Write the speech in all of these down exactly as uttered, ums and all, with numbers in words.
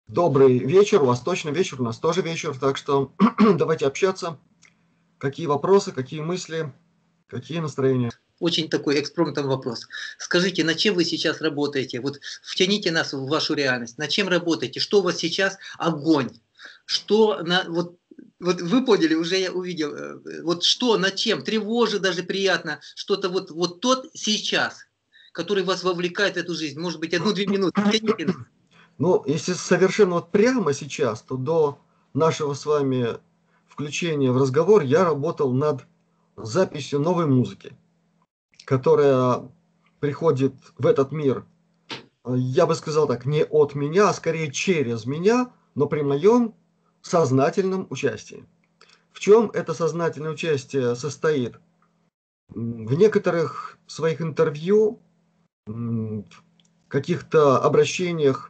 Добрый вечер, у вас точно вечер, у нас тоже вечер, так что давайте общаться. Какие вопросы, какие мысли, какие настроения? Очень такой экспромтом вопрос. Скажите, над чем вы сейчас работаете? Вот втяните нас в вашу реальность. Над чем работаете? Что у вас сейчас огонь? Что на, вот, вот вы поняли, уже я увидел. э, Вот что, над чем? Тревожит даже приятно. Что-то вот, вот тот сейчас, который вас вовлекает в эту жизнь. Может быть, одну-две минуты. Втяните нас. Ну, если совершенно вот прямо сейчас, то до нашего с вами включения в разговор я работал над записью новой музыки, которая приходит в этот мир, э, я бы сказал так, не от меня, а скорее через меня, но при моем сознательном участии. В чем это сознательное участие состоит? М, В некоторых своих интервью, м, в каких-то обращениях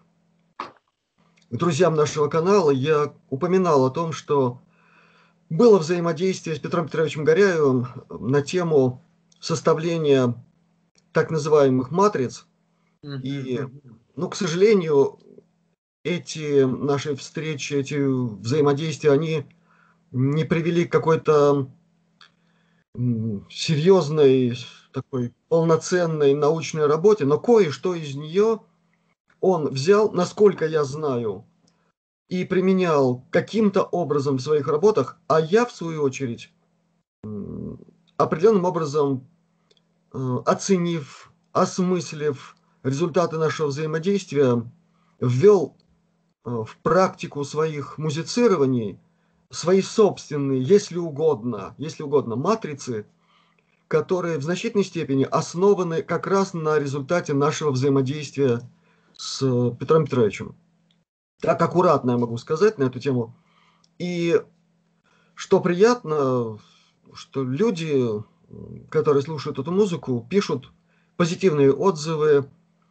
к друзьям нашего канала я упоминал о том, что было взаимодействие с Петром Петровичем Горяевым на тему составления так называемых матриц. Мгм, И, мгм. ну, к сожалению, эти наши встречи, эти взаимодействия, они не привели к какой-то м, серьезной, такой полноценной научной работе, но кое-что из нее он взял, насколько я знаю, и применял каким-то образом в своих работах, а я, в свою очередь, определенным образом э, оценив, осмыслив результаты нашего взаимодействия, ввел э, в практику своих музицирований свои собственные, если угодно, если угодно, матрицы, которые в значительной степени основаны как раз на результате нашего взаимодействия с Петром Петровичем. Так аккуратно я могу сказать на эту тему. И что приятно, что люди, которые слушают эту музыку, пишут позитивные отзывы.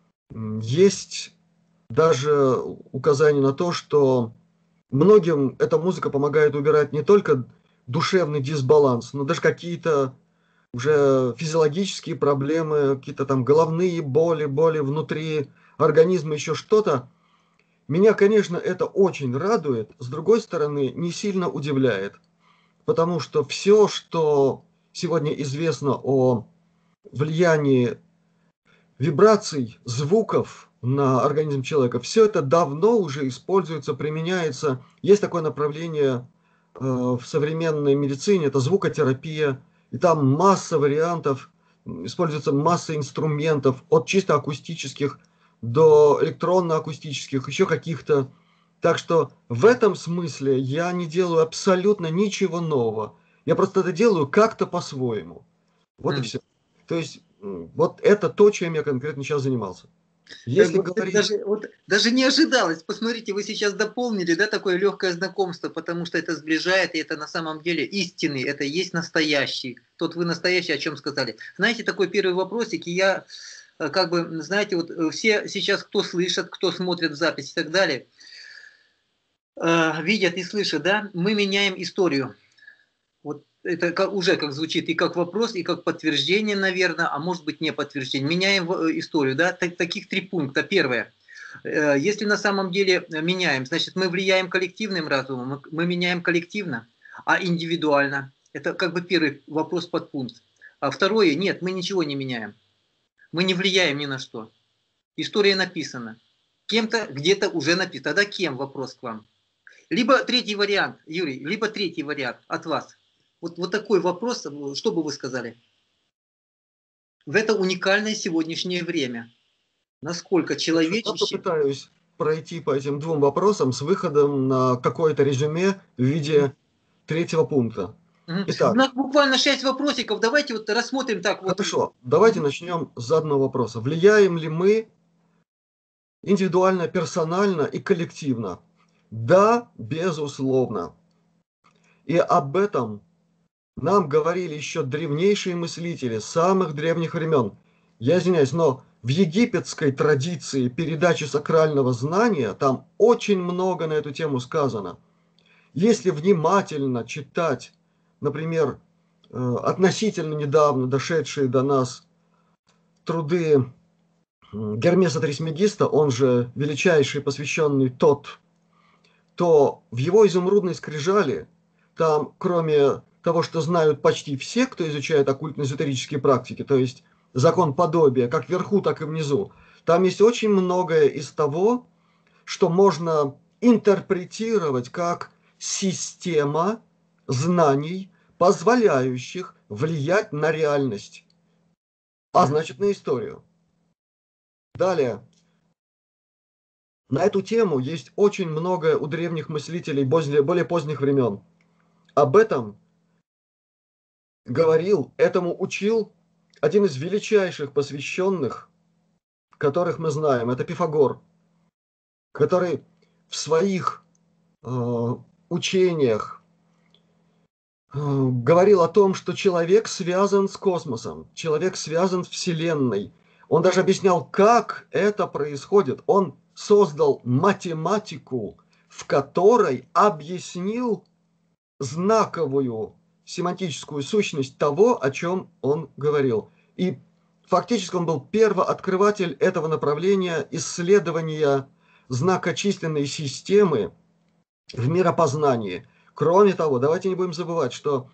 Есть даже указание на то, что многим эта музыка помогает убирать не только душевный дисбаланс, но даже какие-то уже физиологические проблемы, какие-то там головные боли, боли внутри организма, еще что-то. Меня, конечно, это очень радует, с другой стороны, не сильно удивляет, потому что все, что сегодня известно о влиянии вибраций, звуков на организм человека, все это давно уже используется, применяется. Есть такое направление э, в современной медицине, это звукотерапия, и там масса вариантов, используется масса инструментов, от чисто акустических до электронно-акустических, еще каких-то. Так что в этом смысле я не делаю абсолютно ничего нового. Я просто это делаю как-то по-своему. Вот и М. все. То есть м, вот это то, чем я конкретно сейчас занимался. Э, Если Вот это говорить, даже, вот, даже не ожидалось. Посмотрите, вы сейчас дополнили, да, такое легкое знакомство, потому что это сближает, и это на самом деле истинный, это и есть настоящий. Тот вы настоящий, о чем сказали. Знаете, такой первый вопросик, и я, э, как бы, знаете, вот э, все сейчас, кто слышит, кто смотрит запись и так далее, э, видят и слышат, да, мы меняем историю. Вот это как, уже как звучит и как вопрос, и как подтверждение, наверное, а может быть не подтверждение. Меняем э, историю, да, так, таких три пункта. Первое. Э, Если на самом деле меняем, значит, мы влияем коллективным разумом, мы мы меняем коллективно, а индивидуально. Это как бы первый вопрос подпункт. А второе, нет, мы ничего не меняем. Мы не влияем ни на что. История написана. Кем-то где-то уже написано. Тогда кем? Вопрос к вам. Либо третий вариант, Юрий, либо третий вариант от вас. Вот, вот такой вопрос, что бы вы сказали? В это уникальное сегодняшнее время. Насколько хорошо, я человечище... попытаюсь пройти по этим двум вопросам с выходом на какое-то резюме в виде третьего пункта. Мгм. У Итак, нас буквально шесть вопросиков. Давайте вот рассмотрим так вот. хорошо, давайте начнем с заданного вопроса. Влияем ли мы индивидуально, персонально и коллективно? Да, безусловно. И об этом нам говорили еще древнейшие мыслители самых древних времен. Я извиняюсь, но в египетской традиции передачи сакрального знания там очень много на эту тему сказано. Если внимательно читать, например, э, относительно недавно дошедшие до нас труды Гермеса Трисмегиста, он же величайший посвященный тот то в его изумрудной скрижали, там, кроме того, что знают почти все, кто изучает оккультно-эзотерические практики, то есть закон подобия, как вверху, так и внизу, там есть очень многое из того, что можно интерпретировать как система знаний, позволяющих влиять на реальность, а значит на историю. Далее. На эту тему есть очень много у древних мыслителей более поздних времен. Об этом говорил, этому учил один из величайших посвященных, которых мы знаем. Это Пифагор, который в своих э, учениях э, говорил о том, что человек связан с космосом, человек связан с Вселенной. Он даже объяснял, как это происходит. Он создал математику, в которой объяснил знаковую семантическую сущность того, о чем он говорил. И фактически он был первооткрыватель этого направления исследования знакочисленной системы в миропознании. Кроме того, давайте не будем забывать, что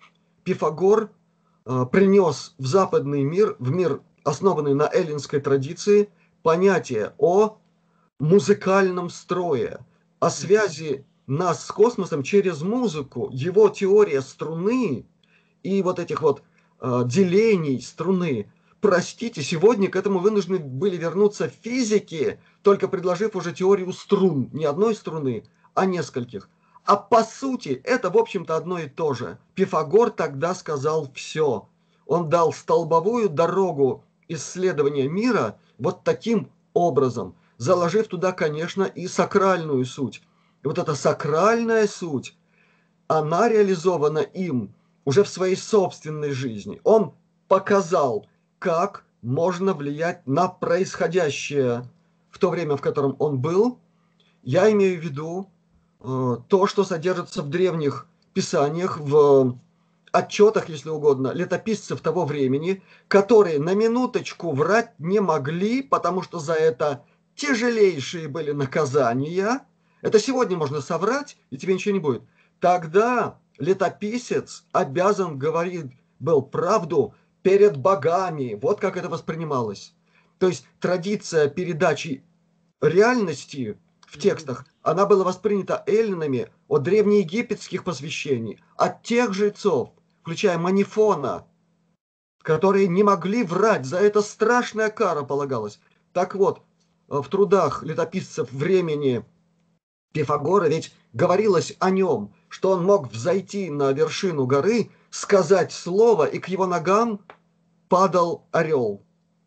Пифагор э, принес в западный мир, в мир, основанный на эллинской традиции, понятие о музыкальном строе, о связи нас с космосом через музыку. Его теория струны и вот этих вот э, делений струны. Простите, сегодня к этому вынуждены были вернуться физики, только предложив уже теорию струн. Не одной струны, а нескольких. А по сути, это, в общем-то, одно и то же. Пифагор тогда сказал все. Он дал столбовую дорогу исследования мира вот таким образом, заложив туда, конечно, и сакральную суть. И вот эта сакральная суть, она реализована им уже в своей собственной жизни. Он показал, как можно влиять на происходящее в то время, в котором он был. Я имею в виду э, то, что содержится в древних писаниях, в отчетах, если угодно, летописцев того времени, которые на минуточку врать не могли, потому что за это тяжелейшие были наказания. Это сегодня можно соврать, и тебе ничего не будет. Тогда летописец обязан говорить был правду перед богами. Вот как это воспринималось. То есть традиция передачи реальности в текстах, она была воспринята эллинами от древнеегипетских посвящений, от тех жрецов, включая Манифона, которые не могли врать, за это страшная кара полагалась. Так вот, в трудах летописцев времени Пифагора ведь говорилось о нем, что он мог взойти на вершину горы, сказать слово, и к его ногам падал орел.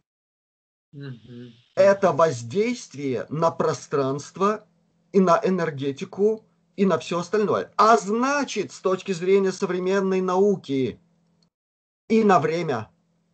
Это воздействие на пространство и на энергетику и на все остальное. А значит, с точки зрения современной науки и на время,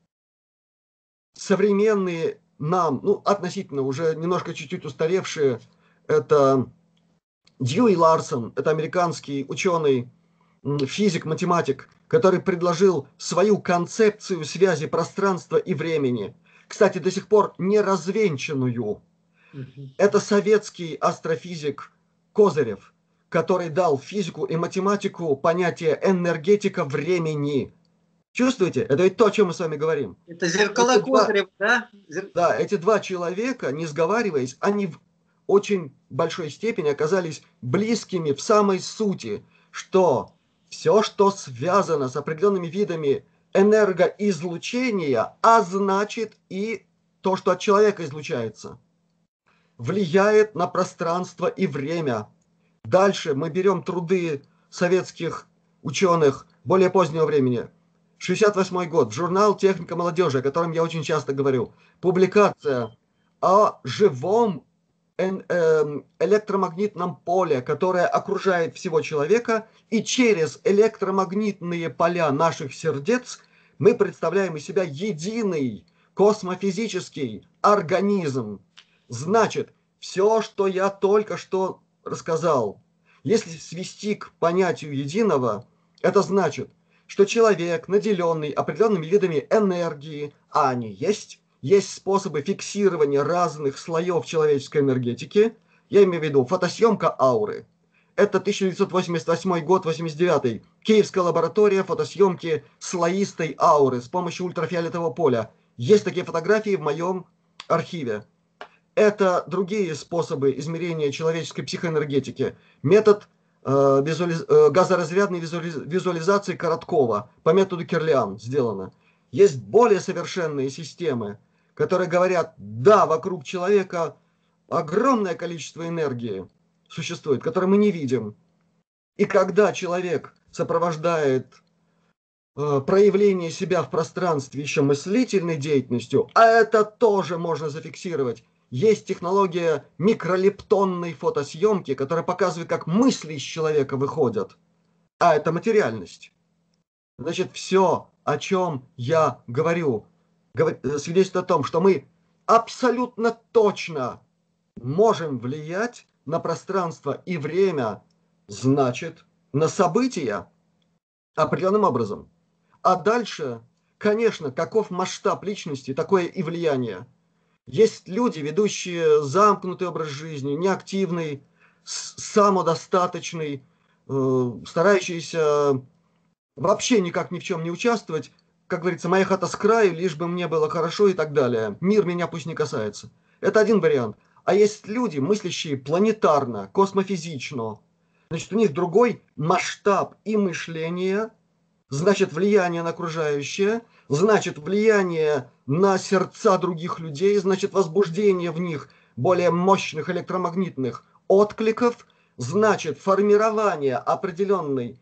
современные нам, ну, относительно уже немножко чуть-чуть устаревшие, это Дьюи Ларсон, это американский ученый, физик, математик, который предложил свою концепцию связи пространства и времени, кстати, до сих пор не развенчанную. Это советский астрофизик Козырев, который дал физику и математику понятие энергетика времени. Чувствуете? Это ведь то, о чем мы с вами говорим. Это зеркала Козырев, да? Зер... Да, эти два человека, не сговариваясь, они в очень большой степени оказались близкими в самой сути, что все, что связано с определенными видами энергоизлучения, а значит и то, что от человека излучается, влияет на пространство и время. Дальше мы берем труды советских ученых более позднего времени. шестьдесят восьмой год, журнал «Техника молодежи», о котором я очень часто говорю. Публикация о живом электромагнитном поле, которое окружает всего человека, и через электромагнитные поля наших сердец мы представляем из себя единый космофизический организм. Значит, все, что я только что рассказал, если свести к понятию единого, это значит, что человек, наделенный определенными видами энергии, а они есть, есть способы фиксирования разных слоев человеческой энергетики, я имею в виду фотосъемка ауры, Это тысяча девятьсот восемьдесят восьмой год, восемьдесят девятый. Киевская лаборатория фотосъемки слоистой ауры с помощью ультрафиолетового поля. Есть такие фотографии в моем архиве. Это другие способы измерения человеческой психоэнергетики. Метод э, визуализ... э, газоразрядной визуализ... визуализации Короткова по методу Кирлиан сделано. Есть более совершенные системы, которые говорят, да, вокруг человека огромное количество энергии существует, которое мы не видим. И когда человек сопровождает э, проявление себя в пространстве еще мыслительной деятельностью, а это тоже можно зафиксировать, есть технология микролептонной фотосъемки, которая показывает, как мысли из человека выходят. А это материальность. Значит, все, о чем я говорю, свидетельствует о том, что мы абсолютно точно можем влиять на пространство и время, значит, на события определенным образом. А дальше, конечно, каков масштаб личности, такое и влияние. Есть люди, ведущие замкнутый образ жизни, неактивный, самодостаточный, э, старающийся вообще никак ни в чем не участвовать. Как говорится, моя хата с краю, лишь бы мне было хорошо и так далее. Мир меня пусть не касается. Это один вариант. А есть люди, мыслящие планетарно, космофизично. Значит, у них другой масштаб и мышления, значит, влияние на окружающее, значит, влияние на сердца других людей, значит, возбуждение в них более мощных электромагнитных откликов, значит, формирование определенной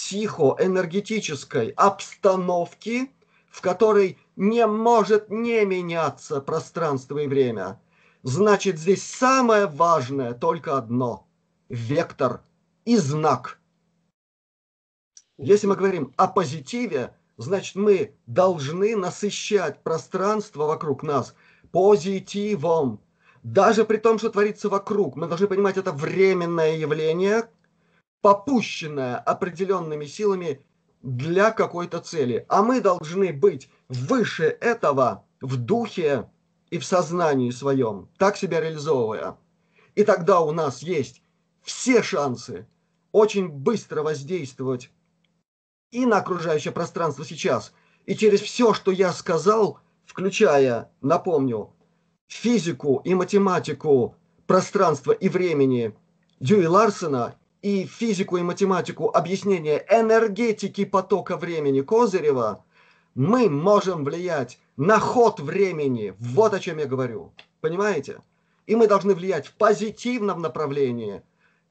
психоэнергетической обстановки, в которой не может не меняться пространство и время. Значит, здесь самое важное только одно – вектор и знак. Если мы говорим о позитиве, значит, мы должны насыщать пространство вокруг нас позитивом. Даже при том, что творится вокруг, мы должны понимать, это временное явление, попущенное определенными силами для какой-то цели. А мы должны быть выше этого в духе и в сознании своем, так себя реализовывая. И тогда у нас есть все шансы очень быстро воздействовать и на окружающее пространство сейчас, и через все, что я сказал, включая, напомню, физику и математику пространства и времени Дьюи Ларсена и физику и математику объяснения энергетики потока времени Козырева, мы можем влиять на ход времени. Вот о чем я говорю. Понимаете? И мы должны влиять в позитивном направлении,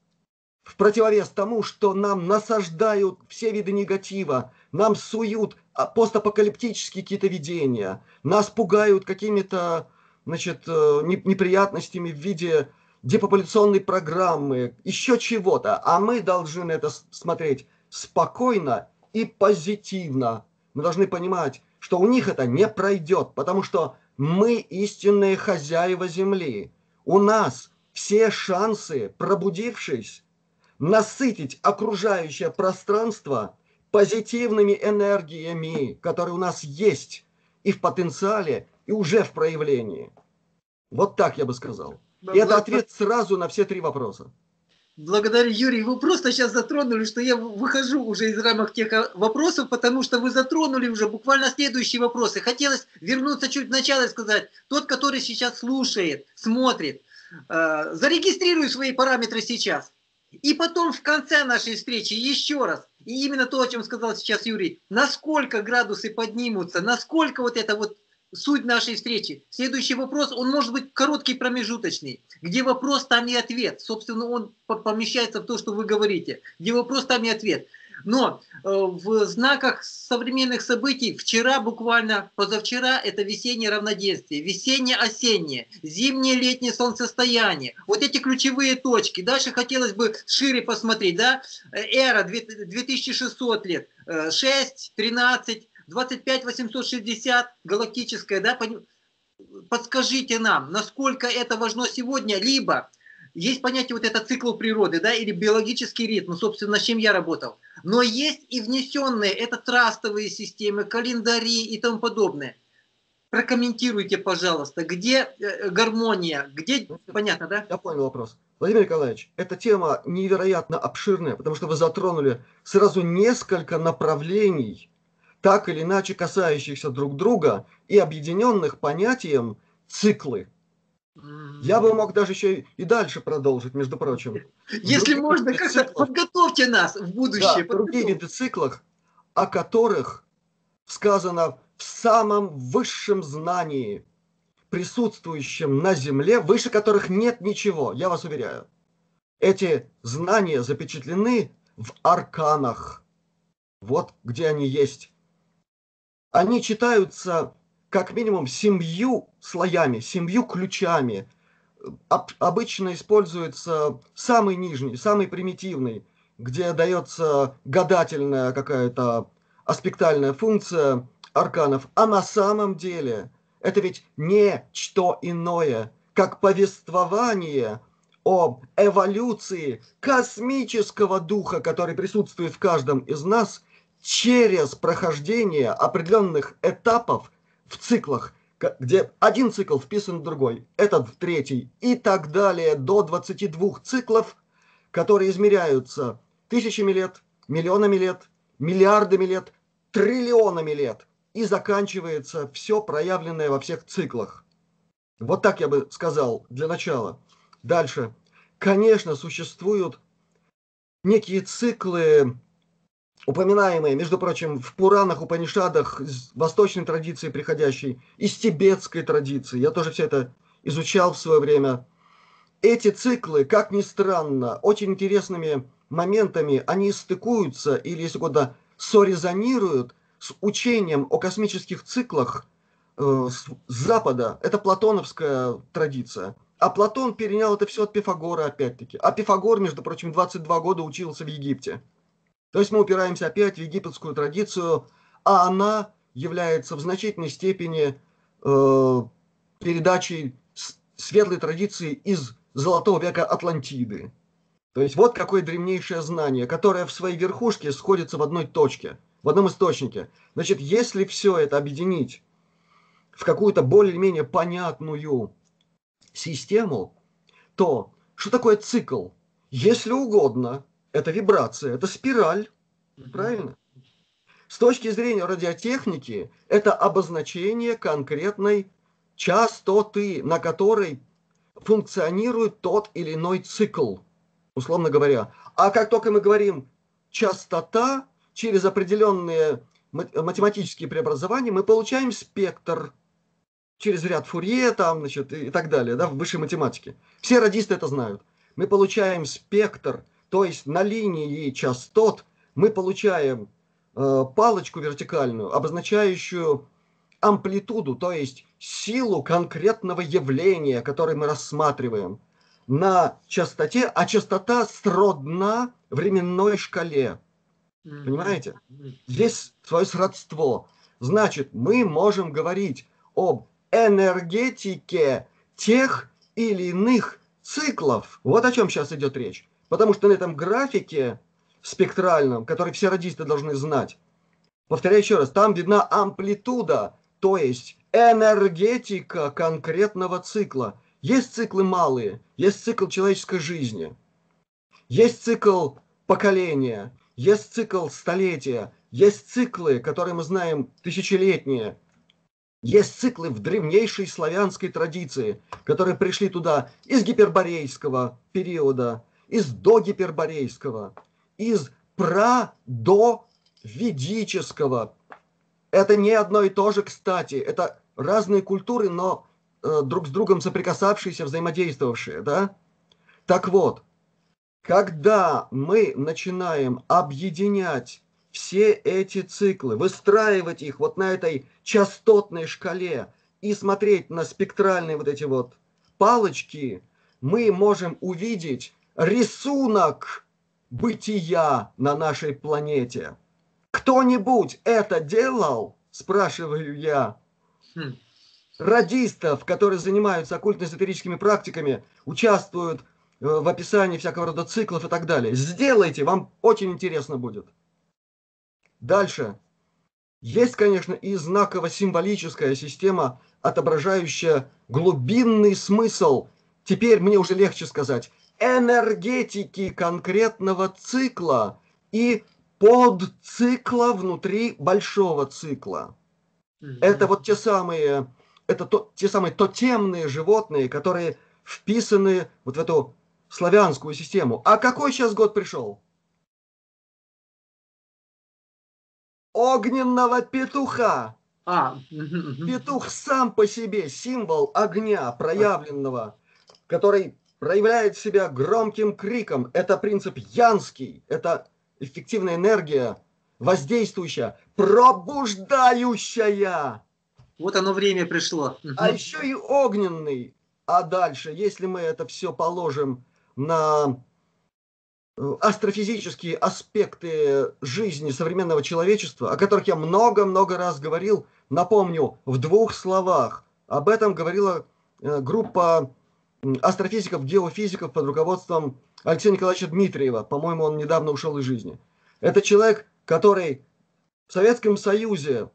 в противовес тому, что нам насаждают все виды негатива, нам суют постапокалиптические какие-то видения, нас пугают какими-то, значит, неприятностями в виде депопуляционной программы, еще чего-то. А мы должны на это смотреть спокойно и позитивно. Мы должны понимать, что у них это не пройдет, потому что мы истинные хозяева Земли. У нас все шансы, пробудившись, насытить окружающее пространство позитивными энергиями, которые у нас есть и в потенциале, и уже в проявлении. Вот так я бы сказал. И это ответ сразу на все три вопроса. Благодарю, Юрий. Вы просто сейчас затронули, что я выхожу уже из рамок тех вопросов, потому что вы затронули уже буквально следующие вопросы. Хотелось вернуться чуть в начало и сказать, тот, который сейчас слушает, смотрит, э, зарегистрируй свои параметры сейчас. И потом в конце нашей встречи еще раз, и именно то, о чем сказал сейчас Юрий, насколько градусы поднимутся, насколько вот это вот суть нашей встречи. Следующий вопрос, он может быть короткий, промежуточный. Где вопрос, там и ответ. Собственно, он помещается в то, что вы говорите. Где вопрос, там и ответ. Но э, в знаках современных событий вчера буквально, позавчера, это весеннее равноденствие, весеннее-осеннее, зимнее-летнее солнцестояние. Вот эти ключевые точки. Дальше хотелось бы шире посмотреть, да? Эра две тысячи шестьсот лет, шесть, тринадцать, двадцать пять восемьсот шестьдесят, галактическая, да? Подскажите нам, насколько это важно сегодня, либо... Есть понятие вот это цикл природы, да, или биологический ритм, собственно, с чем я работал. Но есть и внесенные, это трастовые системы, календари и тому подобное. прокомментируйте, пожалуйста, где э, гармония, где, Значит, понятно, да? я понял вопрос. Владимир Николаевич, эта тема невероятно обширная, потому что вы затронули сразу несколько направлений, так или иначе касающихся друг друга и объединенных понятием циклы. Я бы мог даже еще и дальше продолжить, между прочим. Если можно, как-то подготовьте нас в будущее. Да, другие виды циклов, о которых сказано в самом высшем знании, присутствующем на Земле, выше которых нет ничего, я вас уверяю. Эти знания запечатлены в арканах. Вот где они есть. Они читаются как минимум семью слоями, семью ключами. Об, обычно используется самый нижний, самый примитивный, где дается гадательная какая-то аспектальная функция арканов. А на самом деле это ведь не что иное, как повествование об эволюции космического духа, который присутствует в каждом из нас через прохождение определенных этапов в циклах, где один цикл вписан в другой, этот в третий и так далее до двадцати двух циклов, которые измеряются тысячами лет, миллионами лет, миллиардами лет, триллионами лет и заканчивается все проявленное во всех циклах. Вот так я бы сказал для начала. Дальше. Конечно, существуют некие циклы, упоминаемые, между прочим, в Пуранах, Упанишадах, из восточной традиции приходящей, из тибетской традиции. Я тоже все это изучал в свое время. Эти циклы, как ни странно, очень интересными моментами, они стыкуются или, если угодно, сорезонируют с учением о космических циклах э, с Запада. Это платоновская традиция. А Платон перенял это все от Пифагора, опять-таки. А Пифагор, между прочим, двадцать два года учился в Египте. То есть мы упираемся опять в египетскую традицию, а она является в значительной степени э, передачей светлой традиции из золотого века Атлантиды. То есть вот какое древнейшее знание, которое в своей верхушке сходится в одной точке, в одном источнике. Значит, если все это объединить в какую-то более-менее понятную систему, то что такое цикл? Если угодно, это вибрация, это спираль. Правильно? С точки зрения радиотехники, это обозначение конкретной частоты, на которой функционирует тот или иной цикл, условно говоря. А как только мы говорим частота, через определенные математические преобразования мы получаем спектр через ряд Фурье там, значит, и так далее, да, в высшей математике. Все радисты это знают. Мы получаем спектр, то есть на линии частот мы получаем э, палочку вертикальную, обозначающую амплитуду, то есть силу конкретного явления, которое мы рассматриваем на частоте, а частота сродна временной шкале. Понимаете? Есть свое сродство. Значит, мы можем говорить об энергетике тех или иных циклов. Вот о чем сейчас идет речь. Потому что на этом графике спектральном, который все радисты должны знать, повторяю еще раз, там видна амплитуда, то есть энергетика конкретного цикла. Есть циклы малые, есть цикл человеческой жизни, есть цикл поколения, есть цикл столетия, есть циклы, которые мы знаем тысячелетние, есть циклы в древнейшей славянской традиции, которые пришли туда из гиперборейского периода, из догиперборейского, из прадоведического. Это не одно и то же, кстати. Это разные культуры, но э, друг с другом соприкасавшиеся, взаимодействовавшие. Да? Так вот, когда мы начинаем объединять все эти циклы, выстраивать их вот на этой частотной шкале и смотреть на спектральные вот эти вот палочки, мы можем увидеть рисунок бытия на нашей планете. Кто-нибудь это делал? Спрашиваю я. Радистов, которые занимаются оккультно-эзотерическими практиками, участвуют в описании всякого рода циклов и так далее. Сделайте, вам очень интересно будет. Дальше. Есть, конечно, и знаково-символическая система, отображающая глубинный смысл. Теперь мне уже легче сказать. Энергетики конкретного цикла и подцикла внутри большого цикла. Это вот те самые, это то, те самые тотемные животные, которые вписаны вот в эту славянскую систему. А какой сейчас год пришел? Огненного петуха. А, Петух сам по себе символ огня проявленного, который проявляет себя громким криком. Это принцип янский, это эффективная энергия, воздействующая, пробуждающая. вот оно время пришло. А еще и огненный. А дальше, если мы это все положим на астрофизические аспекты жизни современного человечества, о которых я много-много раз говорил, напомню, в двух словах. Об этом говорила группа астрофизиков, геофизиков под руководством Алексея Николаевича Дмитриева. По-моему, он недавно ушел из жизни. Это человек, который в Советском Союзе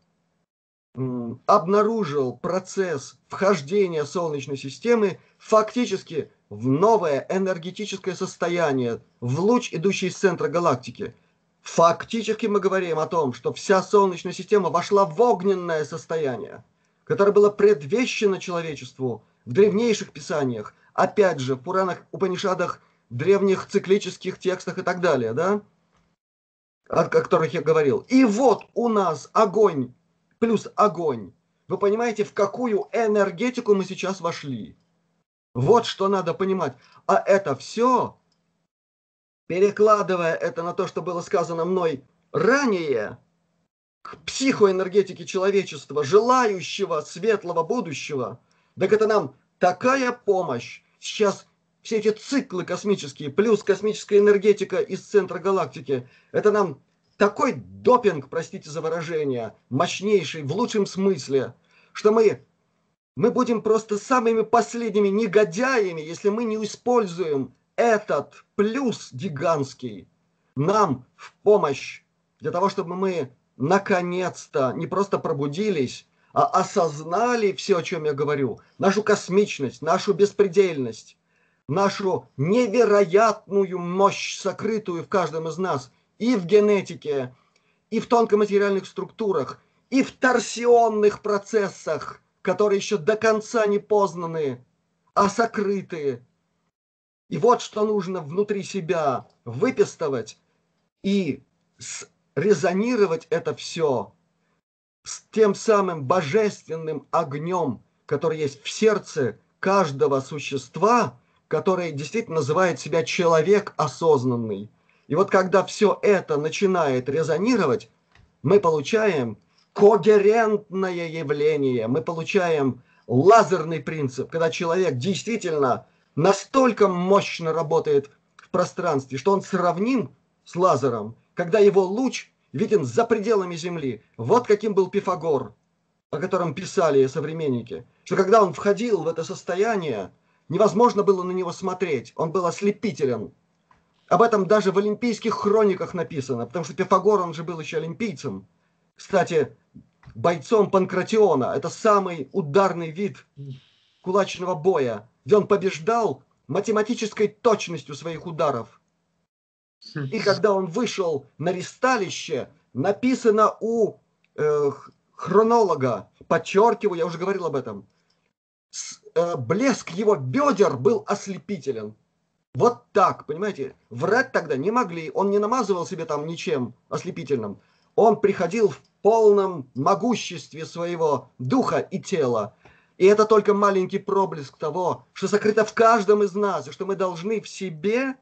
обнаружил процесс вхождения Солнечной системы фактически в новое энергетическое состояние, в луч, идущий из центра галактики. Фактически мы говорим о том, что вся Солнечная система вошла в огненное состояние, которое было предвещено человечеству в древнейших писаниях, опять же, в Пуранах, Упанишадах, древних циклических текстах и так далее, да, о которых я говорил. И вот у нас огонь плюс огонь. Вы понимаете, в какую энергетику мы сейчас вошли? Вот что надо понимать. А это все, перекладывая это на то, что было сказано мной ранее, к психоэнергетике человечества, желающего светлого будущего, так это нам такая помощь. Сейчас все эти циклы космические, плюс космическая энергетика из центра галактики, это нам такой допинг, простите за выражение, мощнейший, в лучшем смысле, что мы, мы будем просто самыми последними негодяями, если мы не используем этот плюс гигантский нам в помощь, для того, чтобы мы наконец-то не просто пробудились, а осознали все, о чем я говорю, нашу космичность, нашу беспредельность, нашу невероятную мощь, сокрытую в каждом из нас, и в генетике, и в тонкоматериальных структурах, и в торсионных процессах, которые еще до конца не познаны, а сокрыты. И вот что нужно внутри себя выпистывать и резонировать это все с тем самым божественным огнем, который есть в сердце каждого существа, который действительно называет себя человек осознанный. И вот когда все это начинает резонировать, мы получаем когерентное явление, мы получаем лазерный принцип, когда человек действительно настолько мощно работает в пространстве, что он сравним с лазером, когда его луч виден за пределами Земли. Вот каким был Пифагор, о котором писали современники, что когда он входил в это состояние, невозможно было на него смотреть, он был ослепителен. Об этом даже в олимпийских хрониках написано, потому что Пифагор, он же был еще олимпийцем. Кстати, бойцом Панкратиона, это самый ударный вид кулачного боя, где он побеждал математической точностью своих ударов. И когда он вышел на ристалище, написано у э, хронолога, подчеркиваю, я уже говорил об этом, с, э, блеск его бедер был ослепителен. Вот так, понимаете, врать тогда не могли, он не намазывал себе там ничем ослепительным. Он приходил в полном могуществе своего духа и тела. И это только маленький проблеск того, что сокрыто в каждом из нас, и что мы должны в себе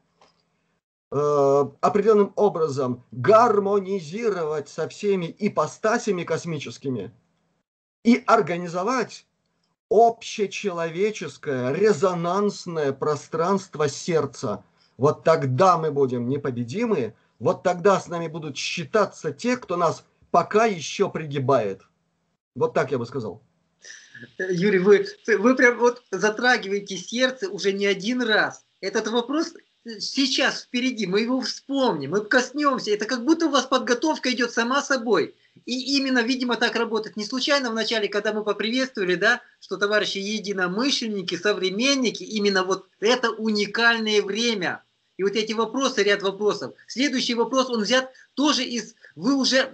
э, определенным образом гармонизировать со всеми ипостасями космическими и организовать общечеловеческое резонансное пространство сердца. Вот тогда мы будем непобедимы, вот тогда с нами будут считаться те, кто нас пока еще пригибает. Вот так я бы сказал. Юрий, вы, вы прям вот затрагиваете сердце уже не один раз. Этот вопрос сейчас впереди, мы его вспомним, мы коснемся. Это как будто у вас подготовка идет сама собой. И именно, видимо, так работает. Не случайно в начале, когда мы поприветствовали, да, что товарищи единомышленники, современники, именно вот это уникальное время. И вот эти вопросы, ряд вопросов. Следующий вопрос, он взят тоже из... Вы уже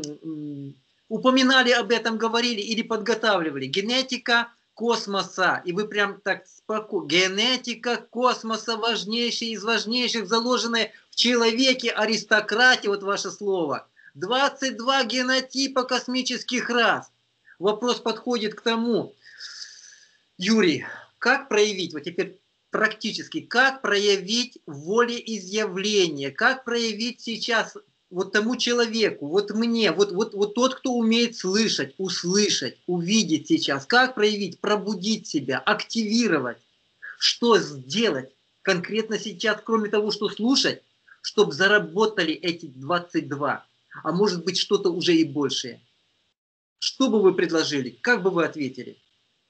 упоминали об этом, говорили или подготавливали. Генетика космоса. И вы прям так спокойно. Генетика космоса важнейшая из важнейших, заложенная в человеке аристократия, вот ваше слово. двадцать два генотипа космических рас. Вопрос подходит к тому, Юрий, как проявить, вот теперь практически, как проявить волеизъявление, как проявить сейчас вот тому человеку, вот мне, вот, вот, вот тот, кто умеет слышать, услышать, увидеть сейчас, как проявить, пробудить себя, активировать, что сделать конкретно сейчас, кроме того, что слушать, чтобы заработали эти двадцать два, а может быть что-то уже и большее. Что бы вы предложили, как бы вы ответили?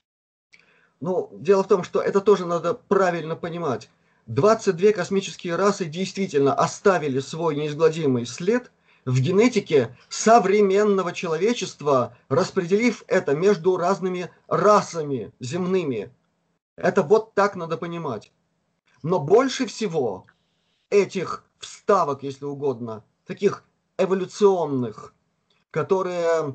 Ну, дело в том, что это тоже надо правильно понимать. двадцать две космические расы действительно оставили свой неизгладимый след в генетике современного человечества, распределив это между разными расами земными. Это вот так надо понимать. Но больше всего этих вставок, если угодно, таких эволюционных, которые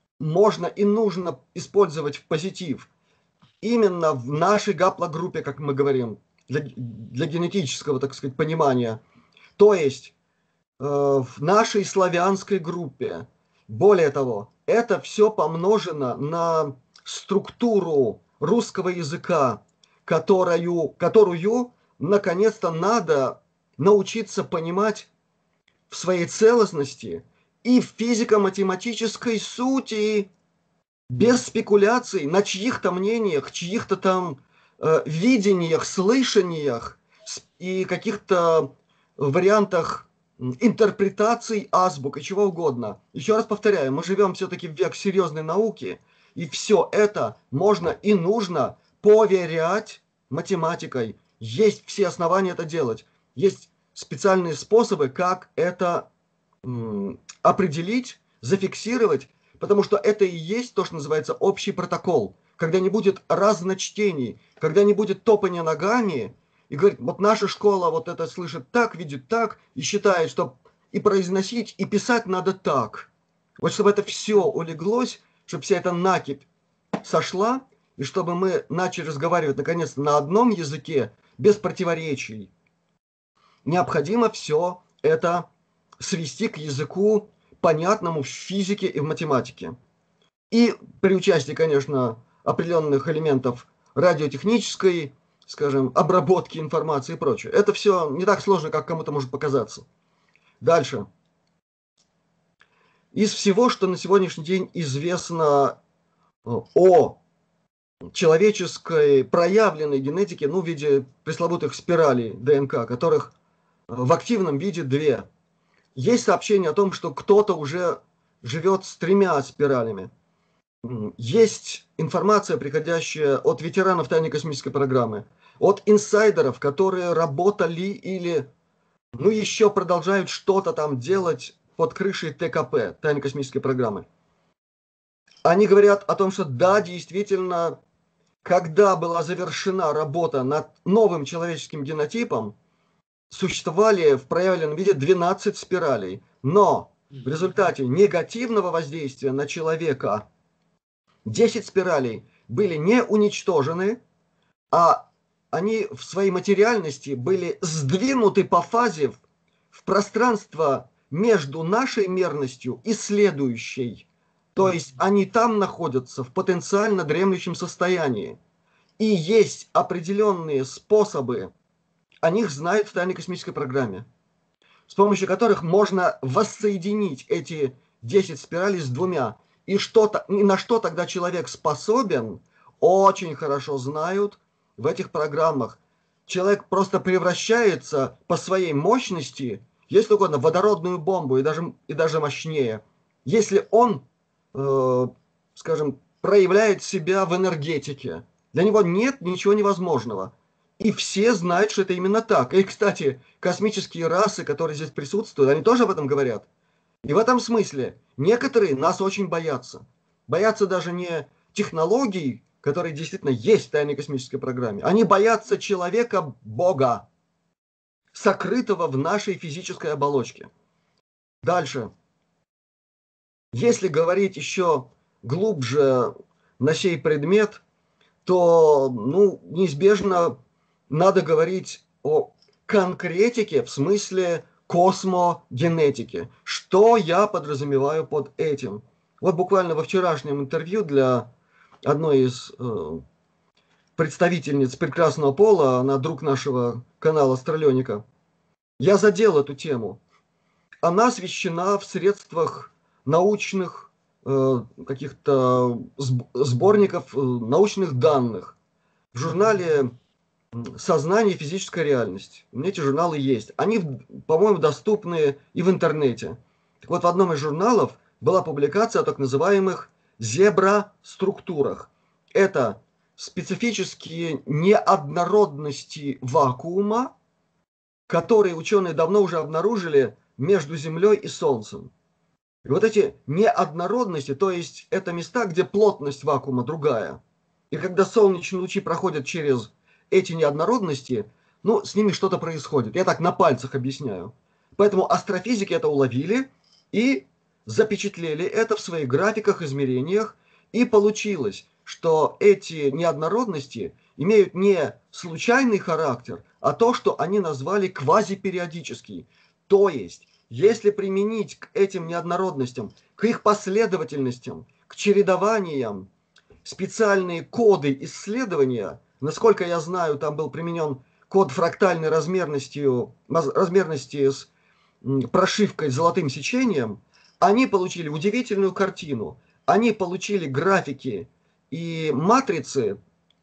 можно и нужно использовать в позитив, именно в нашей гаплогруппе, как мы говорим, для, для генетического, так сказать, понимания. То есть э, в нашей славянской группе. Более того, это все помножено на структуру русского языка, которую, которую наконец-то надо научиться понимать в своей целостности и в физико-математической сути, без спекуляций на чьих-то мнениях, чьих-то там э, видениях, слышаниях и каких-то вариантах интерпретаций азбук и чего угодно. Еще раз повторяю, мы живем все-таки в век серьезной науки, и все это можно и нужно поверять математикой. Есть все основания это делать. Есть специальные способы, как это м, определить, зафиксировать, потому что это и есть то, что называется общий протокол. Когда не будет разночтений, когда не будет топания ногами, и говорит, вот наша школа вот это слышит так, видит так, и считает, что и произносить, и писать надо так. Вот чтобы это все улеглось, чтобы вся эта накипь сошла, и чтобы мы начали разговаривать наконец на одном языке, без противоречий. Необходимо все это свести к языку, понятному в физике и в математике. И при участии, конечно, определенных элементов радиотехнической, скажем, обработки информации и прочее. Это все не так сложно, как кому-то может показаться. Дальше. Из всего, что на сегодняшний день известно о человеческой проявленной генетике, ну, в виде пресловутых спиралей ДНК, которых в активном виде две. Есть сообщение о том, что кто-то уже живет с тремя спиралями. Есть информация, приходящая от ветеранов тайной космической программы, от инсайдеров, которые работали или ну, еще продолжают что-то там делать под крышей ТКП, тайной космической программы. Они говорят о том, что да, действительно, когда была завершена работа над новым человеческим генотипом, существовали в проявленном виде двенадцать спиралей. Но в результате негативного воздействия на человека десять спиралей были не уничтожены, а они в своей материальности были сдвинуты по фазе в пространство между нашей мерностью и следующей. То есть они там находятся в потенциально дремлющем состоянии. И есть определенные способы, о них знают в тайной космической программе, с помощью которых можно воссоединить эти десять спиралей с двумя. И, что-то, и на что тогда человек способен, очень хорошо знают в этих программах. Человек просто превращается по своей мощности, если угодно, в водородную бомбу и даже, и даже мощнее, если он, э, скажем, проявляет себя в энергетике. Для него нет ничего невозможного. И все знают, что это именно так. И, кстати, космические расы, которые здесь присутствуют, они тоже об этом говорят. И в этом смысле некоторые нас очень боятся. Боятся даже не технологий, которые действительно есть в тайной космической программе. Они боятся человека-бога, сокрытого в нашей физической оболочке. Дальше. Если говорить еще глубже на сей предмет, то ну, неизбежно надо говорить о конкретике в смысле космогенетики. Что я подразумеваю под этим? Вот буквально во вчерашнем интервью для одной из э, представительниц прекрасного пола, она друг нашего канала Астралёника, я задел эту тему. Она освещена в средствах научных э, каких-то сборников э, научных данных. В журнале «Сознание и физическая реальность». У меня эти журналы есть. Они, по-моему, доступны и в интернете. Так вот, в одном из журналов была публикация о так называемых зебраструктурах. Это специфические неоднородности вакуума, которые ученые давно уже обнаружили между Землей и Солнцем. И вот эти неоднородности, то есть это места, где плотность вакуума другая. И когда солнечные лучи проходят через эти неоднородности, ну, с ними что-то происходит. Я так на пальцах объясняю. Поэтому астрофизики это уловили и запечатлели это в своих графиках, измерениях. И получилось, что эти неоднородности имеют не случайный характер, а то, что они назвали квазипериодический. То есть, если применить к этим неоднородностям, к их последовательностям, к чередованиям специальные коды исследования, насколько я знаю, там был применен код фрактальной размерностью, размерности с прошивкой золотым сечением, они получили удивительную картину. Они получили графики и матрицы,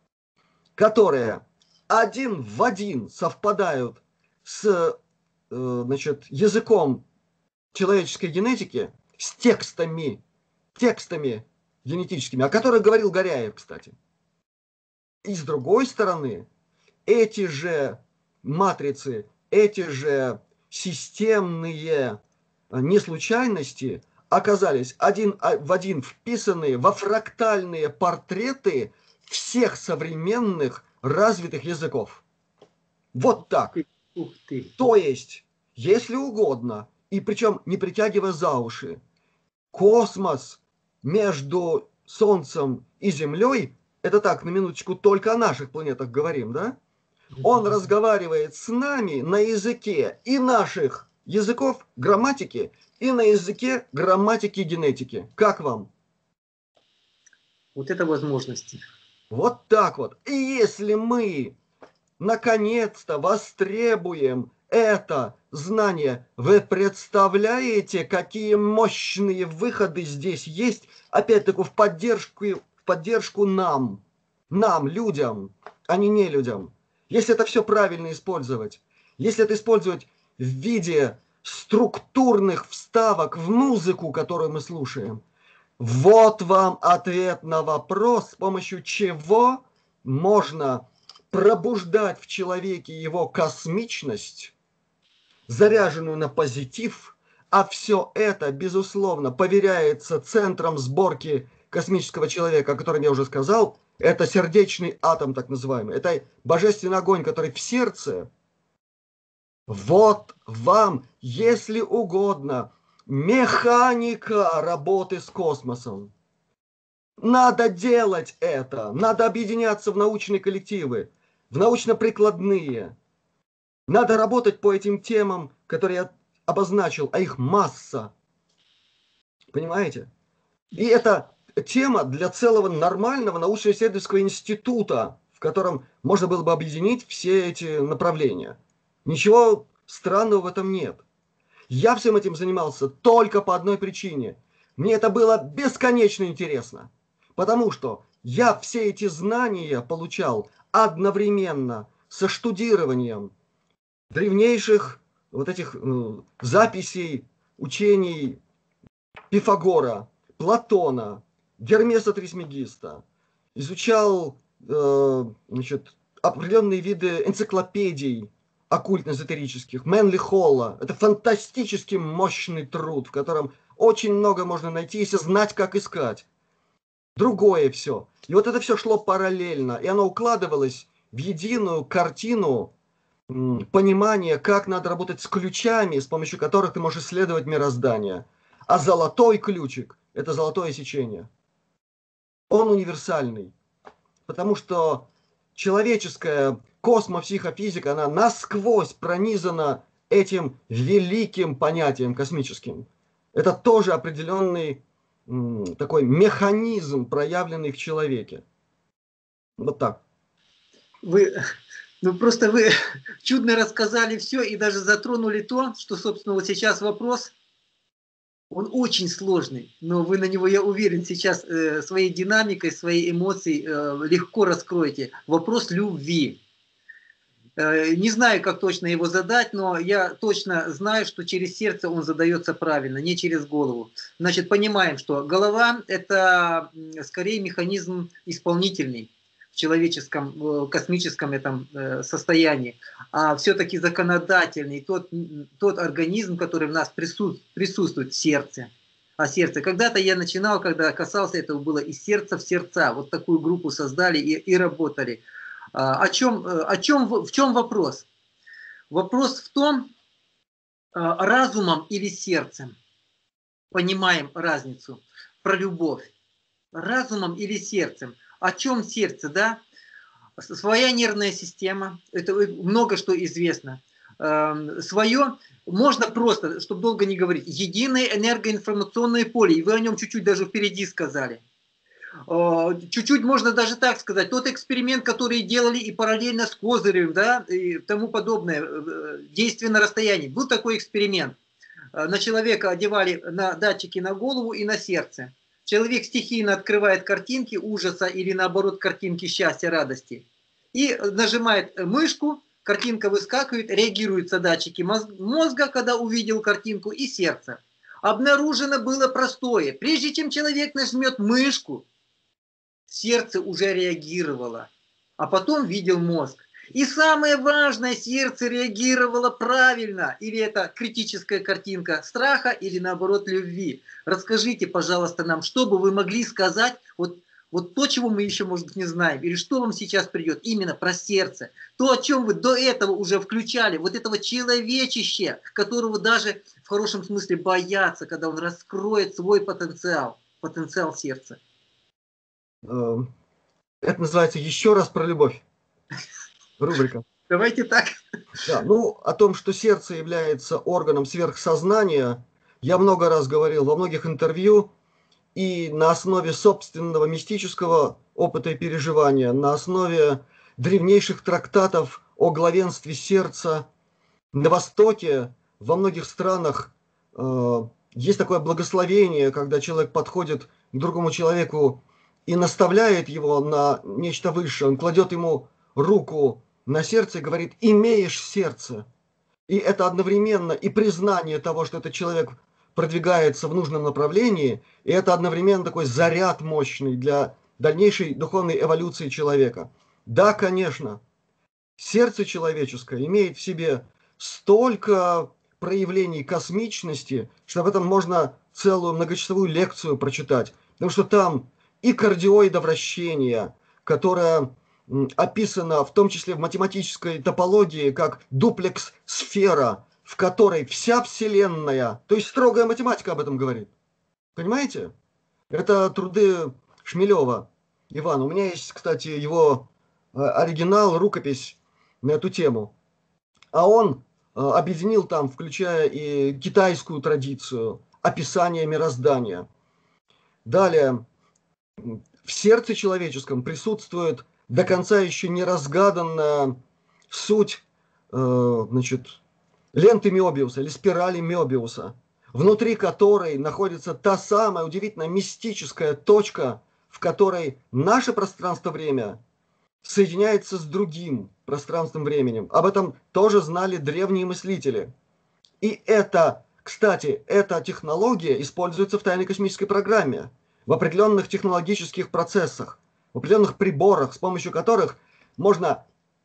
которые один в один совпадают с значит, языком человеческой генетики, с текстами, текстами генетическими, о которых говорил Горяев, кстати. И с другой стороны, эти же матрицы, эти же системные неслучайности оказались один в один вписанные во фрактальные портреты всех современных развитых языков. Вот так. Ух ты. То есть, если угодно, и причем не притягивая за уши, космос между Солнцем и Землей, это так, на минуточку, только о наших планетах говорим, да? Он разговаривает с нами на языке и наших языков грамматики, и на языке грамматики и генетики. Как вам? Вот это возможности. Вот так вот. И если мы наконец-то востребуем это знание, вы представляете, какие мощные выходы здесь есть, опять-таки в поддержку, в поддержку нам, нам, людям, а не не людям. Если это все правильно использовать, если это использовать в виде структурных вставок в музыку, которую мы слушаем, вот вам ответ на вопрос, с помощью чего можно пробуждать в человеке его космичность, заряженную на позитив, а все это, безусловно, поверяется центром сборки космического человека, о котором я уже сказал. Это сердечный атом, так называемый. Это божественный огонь, который в сердце. Вот вам, если угодно, механика работы с космосом. Надо делать это. Надо объединяться в научные коллективы, в научно-прикладные. Надо работать по этим темам, которые я обозначил, а их масса. Понимаете? И это тема для целого нормального научно-исследовательского института, в котором можно было бы объединить все эти направления. Ничего странного в этом нет. Я всем этим занимался только по одной причине. Мне это было бесконечно интересно. Потому что я все эти знания получал одновременно со штудированием древнейших вот этих э, записей, учений Пифагора, Платона, Гермеса Трисмегиста. Изучал э, значит, определенные виды энциклопедий оккультно-эзотерических, Мэнли Холла. Это фантастически мощный труд, в котором очень много можно найти, если знать, как искать. Другое все. И вот это все шло параллельно, и оно укладывалось в единую картину понимания, как надо работать с ключами, с помощью которых ты можешь исследовать мироздание. А золотой ключик – это золотое сечение. Он универсальный, потому что человеческая космопсихофизика, она насквозь пронизана этим великим понятием космическим. Это тоже определенный м, такой механизм, проявленный в человеке. Вот так. Вы, ну просто вы чудно рассказали все и даже затронули то, что, собственно, вот сейчас вопрос, он очень сложный, но вы на него, я уверен, сейчас э, своей динамикой, своей эмоцией э, легко раскроете. Вопрос любви. Э, не знаю, как точно его задать, но я точно знаю, что через сердце он задается правильно, не через голову. Значит, понимаем, что голова – это скорее механизм исполнительный в человеческом, космическом этом состоянии, а все-таки законодательный, тот, тот организм, который в нас присутствует, присутствует, сердце. А сердце. Когда-то я начинал, когда касался этого, было из сердца в сердца. Вот такую группу создали и, и работали. О чем, о чем, в чем вопрос? Вопрос в том, разумом или сердцем. Понимаем разницу. Про любовь. Разумом или сердцем. О чем сердце, да? Своя нервная система, это много что известно. Свое, можно просто, чтобы долго не говорить, единое энергоинформационное поле, и вы о нем чуть-чуть даже впереди сказали. Чуть-чуть можно даже так сказать, тот эксперимент, который делали и параллельно с Козыревым, да, и тому подобное, действие на расстоянии. Был такой эксперимент. На человека одевали на датчики на голову и на сердце. Человек стихийно открывает картинки ужаса или наоборот картинки счастья, радости. И нажимает мышку, картинка выскакивает, реагируются датчики мозга, когда увидел картинку, и сердце. Обнаружено было простое. Прежде чем человек нажмет мышку, сердце уже реагировало, а потом видел мозг. И самое важное, сердце реагировало правильно. Или это критическая картинка страха, или наоборот любви. Расскажите, пожалуйста, нам, что бы вы могли сказать, вот, вот то, чего мы еще, может быть, не знаем, или что вам сейчас придет именно про сердце. То, о чем вы до этого уже включали, вот этого человечища, которого даже в хорошем смысле боятся, когда он раскроет свой потенциал, потенциал сердца. Это называется «Еще раз про любовь». Рубрика. Давайте так. Да, ну, о том, что сердце является органом сверхсознания, я много раз говорил во многих интервью, и на основе собственного мистического опыта и переживания, на основе древнейших трактатов о главенстве сердца. На Востоке, во многих странах э, есть такое благословение, когда человек подходит к другому человеку и наставляет его на нечто высшее, он кладет ему руку на сердце и говорит: «Имеешь сердце». И это одновременно и признание того, что этот человек продвигается в нужном направлении, и это одновременно такой заряд мощный для дальнейшей духовной эволюции человека. Да, конечно, сердце человеческое имеет в себе столько проявлений космичности, что об этом можно целую многочасовую лекцию прочитать. Потому что там и кардиоидовращение, которое описано в том числе в математической топологии как дуплекс-сфера, в которой вся Вселенная, то есть строгая математика об этом говорит. Понимаете? Это труды Шмелева Ивана. У меня есть, кстати, его оригинал, рукопись на эту тему. А он объединил там, включая и китайскую традицию, описание мироздания. Далее, в сердце человеческом присутствует до конца еще не разгаданная суть э, значит, ленты Мёбиуса или спирали Мёбиуса, внутри которой находится та самая удивительная мистическая точка, в которой наше пространство-время соединяется с другим пространством-временем. Об этом тоже знали древние мыслители. И это, кстати, эта технология используется в тайной космической программе, в определенных технологических процессах, в определенных приборах, с помощью которых можно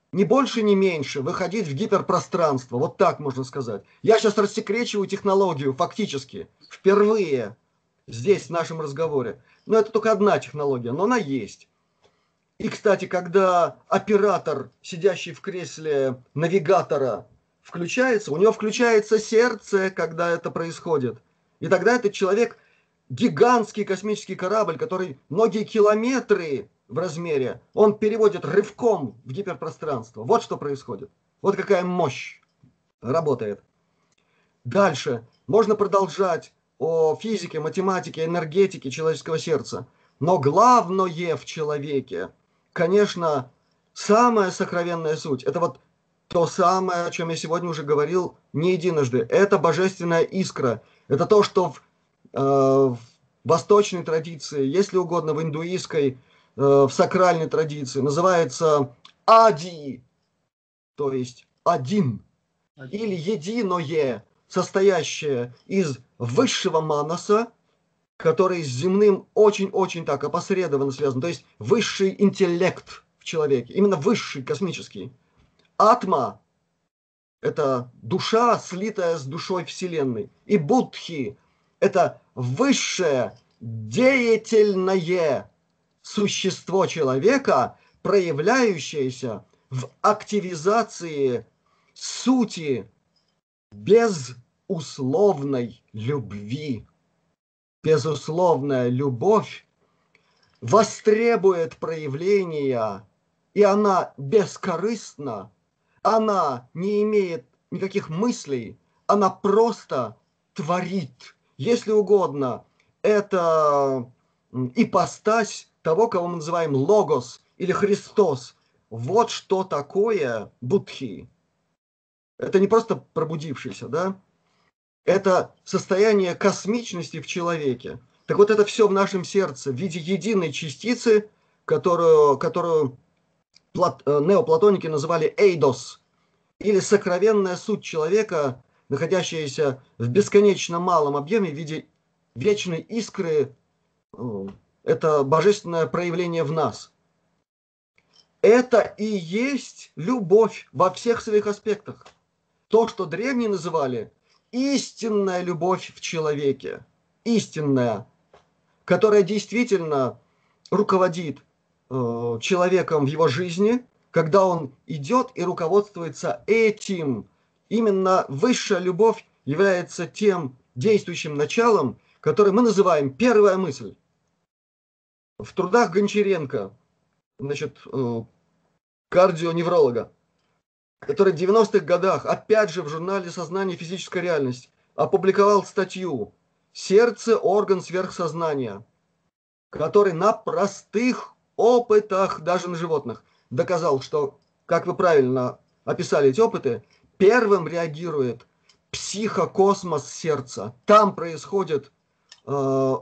ни больше, ни меньше, выходить в гиперпространство. Вот так можно сказать. Я сейчас рассекречиваю технологию фактически. Впервые здесь, в нашем разговоре. Но это только одна технология, но она есть. И, кстати, когда оператор, сидящий в кресле навигатора, включается, у него включается сердце, когда это происходит. И тогда этот человек, гигантский космический корабль, который многие километры в размере, он переводит рывком в гиперпространство. Вот что происходит. Вот какая мощь работает. Дальше. Можно продолжать о физике, математике, энергетике человеческого сердца. Но главное в человеке, конечно, самая сокровенная суть, это вот то самое, о чем я сегодня уже говорил не единожды. Это божественная искра. Это то, что в, э, в восточной традиции, если угодно, в индуистской, э, в сакральной традиции, называется ади, то есть один, или единое, состоящее из высшего манаса, который с земным очень-очень так опосредованно связан, то есть высший интеллект в человеке, именно высший космический. Атма – это душа, слитая с душой Вселенной. И будхи – это высшее деятельное существо человека, проявляющееся в активизации сути безусловной любви. Безусловная любовь востребует проявления, и она бескорыстна, она не имеет никаких мыслей, она просто творит. Если угодно, это ипостась того, кого мы называем Логос или Христос. Вот что такое будхи. Это не просто пробудившийся, да? Это состояние космичности в человеке. Так вот, это все в нашем сердце в виде единой частицы, которую, которую неоплатоники называли эйдос, или сокровенная суть человека, находящаяся в бесконечно малом объеме в виде вечной искры. Это божественное проявление в нас. Это и есть любовь во всех своих аспектах. То, что древние называли истинная любовь в человеке, истинная, которая действительно руководит э, человеком в его жизни, когда он идет и руководствуется этим. Именно высшая любовь является тем действующим началом, который мы называем первая мысль. В трудах Гончаренко, значит, э, кардионевролога, который в девяностых годах, опять же в журнале «Сознание и физическая реальность», опубликовал статью «Сердце – орган сверхсознания», который на простых опытах, даже на животных, доказал, что, как вы правильно описали эти опыты, первым реагирует психокосмос сердца. Там происходит э,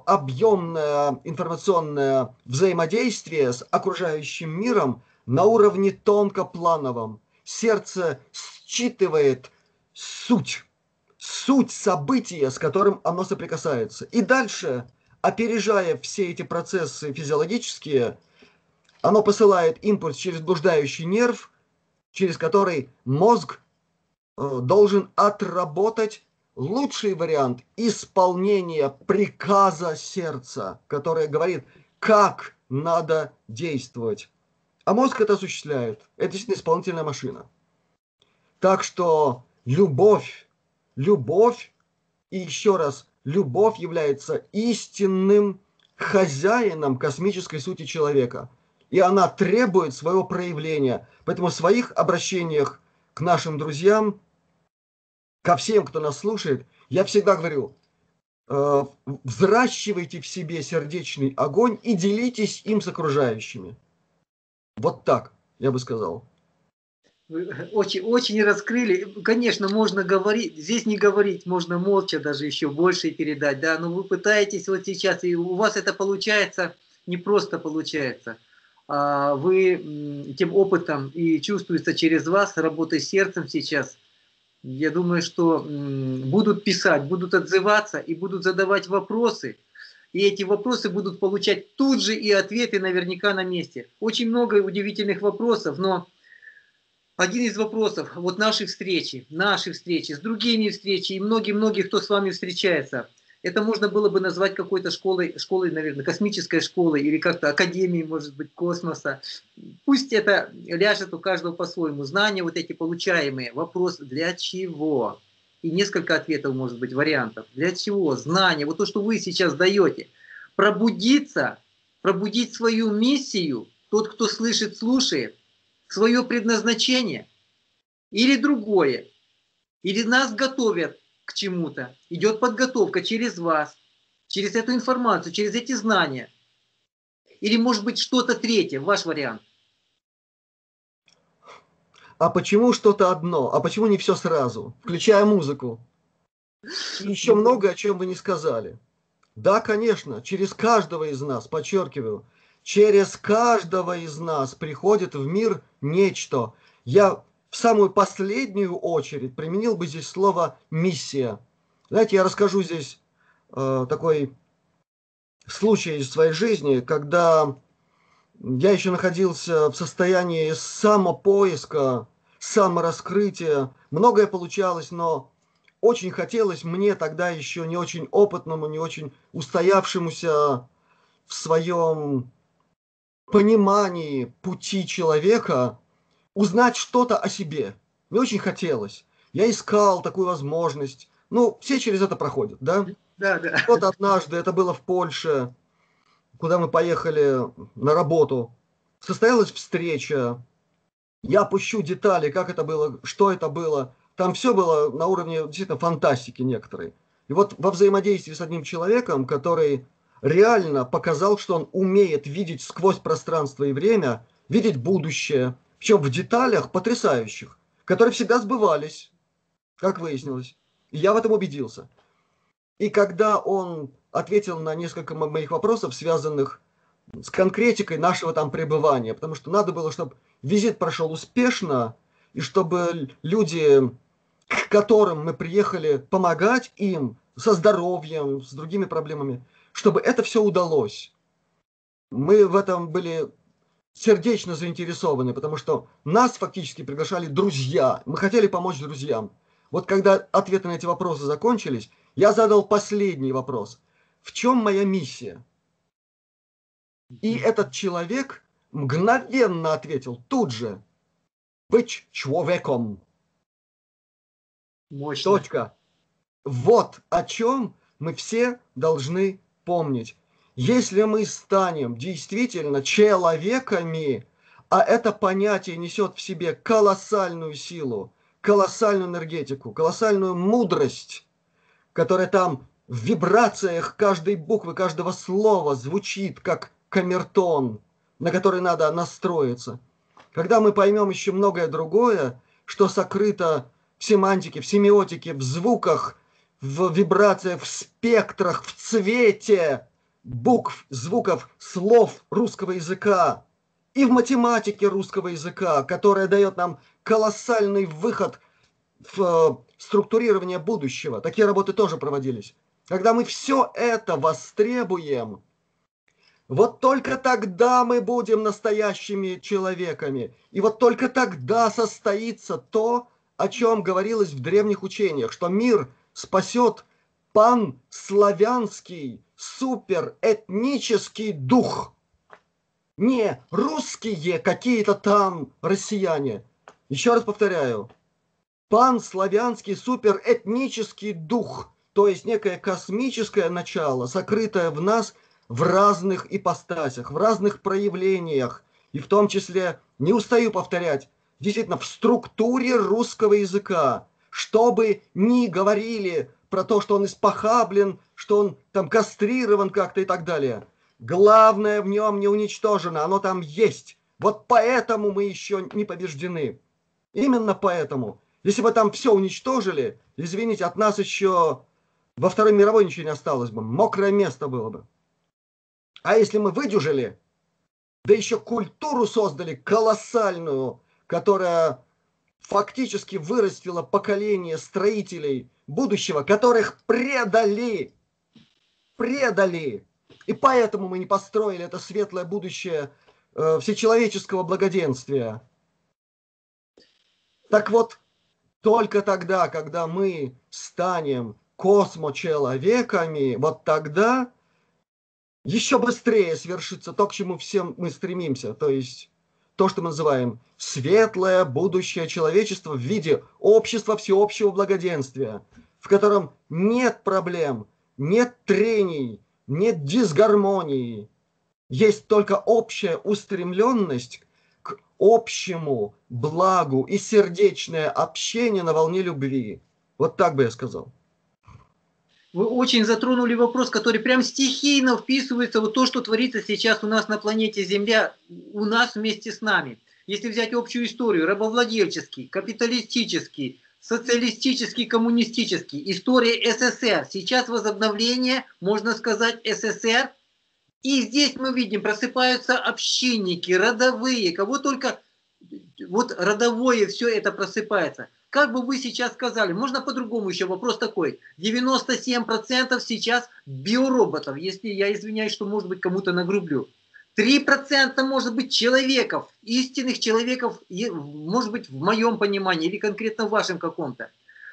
объемное информационное взаимодействие с окружающим миром на уровне тонкоплановом. Сердце считывает суть, суть события, с которым оно соприкасается. И дальше, опережая все эти процессы физиологические, оно посылает импульс через блуждающий нерв, через который мозг э, должен отработать лучший вариант исполнения приказа сердца, которое говорит, как надо действовать. А мозг это осуществляет. Это действительно исполнительная машина. Так что любовь, любовь, и еще раз, любовь является истинным хозяином космической сути человека. И она требует своего проявления. Поэтому в своих обращениях к нашим друзьям, ко всем, кто нас слушает, я всегда говорю, э, взращивайте в себе сердечный огонь и делитесь им с окружающими. Вот так, я бы сказал. Вы очень, очень раскрыли. Конечно, можно говорить, здесь не говорить, можно молча даже еще больше передать, да, но вы пытаетесь вот сейчас, и у вас это получается, не просто получается. А вы тем опытом и чувствуется через вас, работой с сердцем сейчас, я думаю, что будут писать, будут отзываться и будут задавать вопросы. И эти вопросы будут получать тут же и ответы наверняка на месте. Очень много удивительных вопросов, но один из вопросов, вот наши встречи, наши встречи, с другими встречи и многие-многие, кто с вами встречается, это можно было бы назвать какой-то школой, школой, наверное, космической школой или как-то академией, может быть, космоса. Пусть это ляжет у каждого по-своему. Знания вот эти получаемые. Вопрос, для чего? И несколько ответов, может быть, вариантов. Для чего? Знания. Вот то, что вы сейчас даете. Пробудиться, пробудить свою миссию. Тот, кто слышит, слушает. Свое предназначение. Или другое. Или нас готовят к чему-то. Идет подготовка через вас, через эту информацию, через эти знания. Или может быть что-то третье, ваш вариант. А почему что-то одно? А почему не все сразу? Включая музыку. И еще много, о чем вы не сказали. Да, конечно, через каждого из нас, подчеркиваю, через каждого из нас приходит в мир нечто. Я в самую последнюю очередь применил бы здесь слово «миссия». Знаете, я расскажу здесь э, такой случай из своей жизни, когда я еще находился в состоянии самопоиска, самораскрытия. Многое получалось, но очень хотелось мне тогда еще не очень опытному, не очень устоявшемуся в своем понимании пути человека узнать что-то о себе. Мне очень хотелось. Я искал такую возможность. Ну, все через это проходят, да? Да, да. Вот однажды, это было в Польше, куда мы поехали на работу, состоялась встреча. Я опущу детали, как это было, что это было. Там все было на уровне действительно фантастики некоторой. И вот во взаимодействии с одним человеком, который реально показал, что он умеет видеть сквозь пространство и время, видеть будущее, причем в деталях потрясающих, которые всегда сбывались, как выяснилось. И я в этом убедился. И когда он ответил на несколько моих вопросов, связанных с конкретикой нашего там пребывания, потому что надо было, чтобы визит прошел успешно, и чтобы люди, к которым мы приехали помогать им со здоровьем, с другими проблемами, чтобы это все удалось. Мы в этом были сердечно заинтересованы, потому что нас фактически приглашали друзья. Мы хотели помочь друзьям. Вот когда ответы на эти вопросы закончились, я задал последний вопрос. В чем моя миссия? И этот человек мгновенно ответил тут же. Быть человеком. Мощно. Точка. Вот о чем мы все должны помнить. Если мы станем действительно человеками, а это понятие несет в себе колоссальную силу, колоссальную энергетику, колоссальную мудрость, которая там в вибрациях каждой буквы, каждого слова звучит как камертон, на который надо настроиться. Когда мы поймем еще многое другое, что сокрыто в семантике, в семиотике, в звуках, в вибрациях, в спектрах, в цвете букв, звуков, слов русского языка и в математике русского языка, которая дает нам колоссальный выход в структурирование будущего. Такие работы тоже проводились. Когда мы все это востребуем, вот только тогда мы будем настоящими человеками. И вот только тогда состоится то, о чем говорилось в древних учениях, что мир спасет панславянский суперэтнический дух. Не русские какие-то там россияне. Еще раз повторяю. Панславянский суперэтнический дух, то есть некое космическое начало, сокрытое в нас в разных ипостасях, в разных проявлениях, и в том числе, не устаю повторять, действительно в структуре русского языка, чтобы ни говорили про то, что он испохаблен, что он там кастрирован как-то и так далее. Главное в нем не уничтожено, оно там есть. Вот поэтому мы еще не побеждены. Именно поэтому. Если бы там все уничтожили, извините, от нас еще во Второй мировой ничего не осталось бы. Мокрое место было бы. А если мы выдюжили, да еще культуру создали колоссальную, которая фактически вырастила поколение строителей будущего, которых предали, предали. И поэтому мы не построили это светлое будущее э, всечеловеческого благоденствия. Так вот, только тогда, когда мы станем космочеловеками, вот тогда еще быстрее свершится то, к чему всем мы стремимся, то есть то, что мы называем светлое будущее человечества в виде общества всеобщего благоденствия, в котором нет проблем, нет трений, нет дисгармонии, есть только общая устремленность к общему благу и сердечное общение на волне любви. Вот так бы я сказал. Вы очень затронули вопрос, который прям стихийно вписывается в то, что творится сейчас у нас на планете Земля, у нас вместе с нами. Если взять общую историю, рабовладельческий, капиталистический, социалистический, коммунистический, история СССР, сейчас возобновление, можно сказать, СССР. И здесь мы видим, просыпаются общинники, родовые, кого только, вот родовое все это просыпается. Как бы вы сейчас сказали, можно по-другому еще вопрос такой. девяносто семь процентов сейчас биороботов, если я извиняюсь, что может быть кому-то нагрублю. три процента может быть человеков, истинных человеков, может быть в моем понимании или конкретно в вашем каком-то.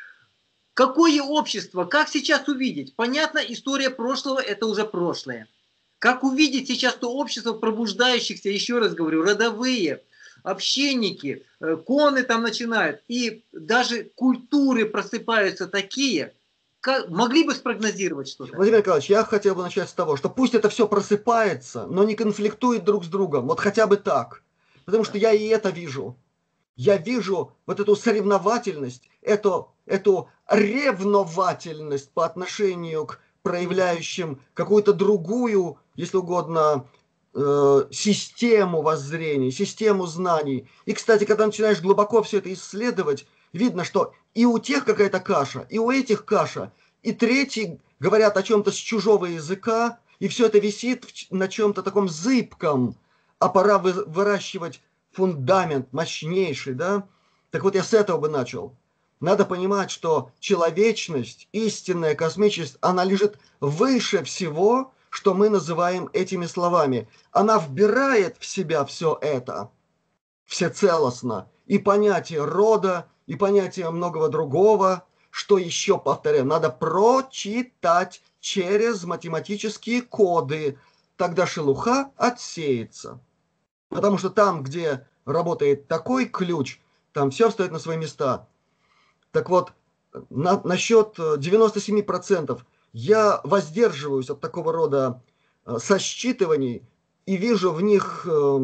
Какое общество, как сейчас увидеть? Понятно, история прошлого это уже прошлое. Как увидеть сейчас то общество пробуждающихся, еще раз говорю, родовые, общинники, коны там начинают, и даже культуры просыпаются такие, как, могли бы спрогнозировать что-то? Владимир Николаевич, я хотел бы начать с того, что пусть это все просыпается, но не конфликтует друг с другом, вот хотя бы так, потому что я и это вижу. Я вижу вот эту соревновательность, эту, эту ревновательность по отношению к проявляющим какую-то другую, если угодно, э, систему воззрений, систему знаний. И, кстати, когда начинаешь глубоко все это исследовать, видно, что и у тех какая-то каша, и у этих каша, и третьи говорят о чем-то с чужого языка, и все это висит на чем-то таком зыбком, а пора выращивать фундамент мощнейший, да? Так вот я с этого бы начал. Надо понимать, что человечность, истинная космическая, она лежит выше всего, что мы называем этими словами. Она вбирает в себя все это всецелостно. И понятие рода, и понятие многого другого, что еще, повторяю, надо прочитать через математические коды. Тогда шелуха отсеется. Потому что там, где работает такой ключ, там все встает на свои места. Так вот, на, насчет девяноста семи процентов я воздерживаюсь от такого рода э, сосчитываний и вижу в них э,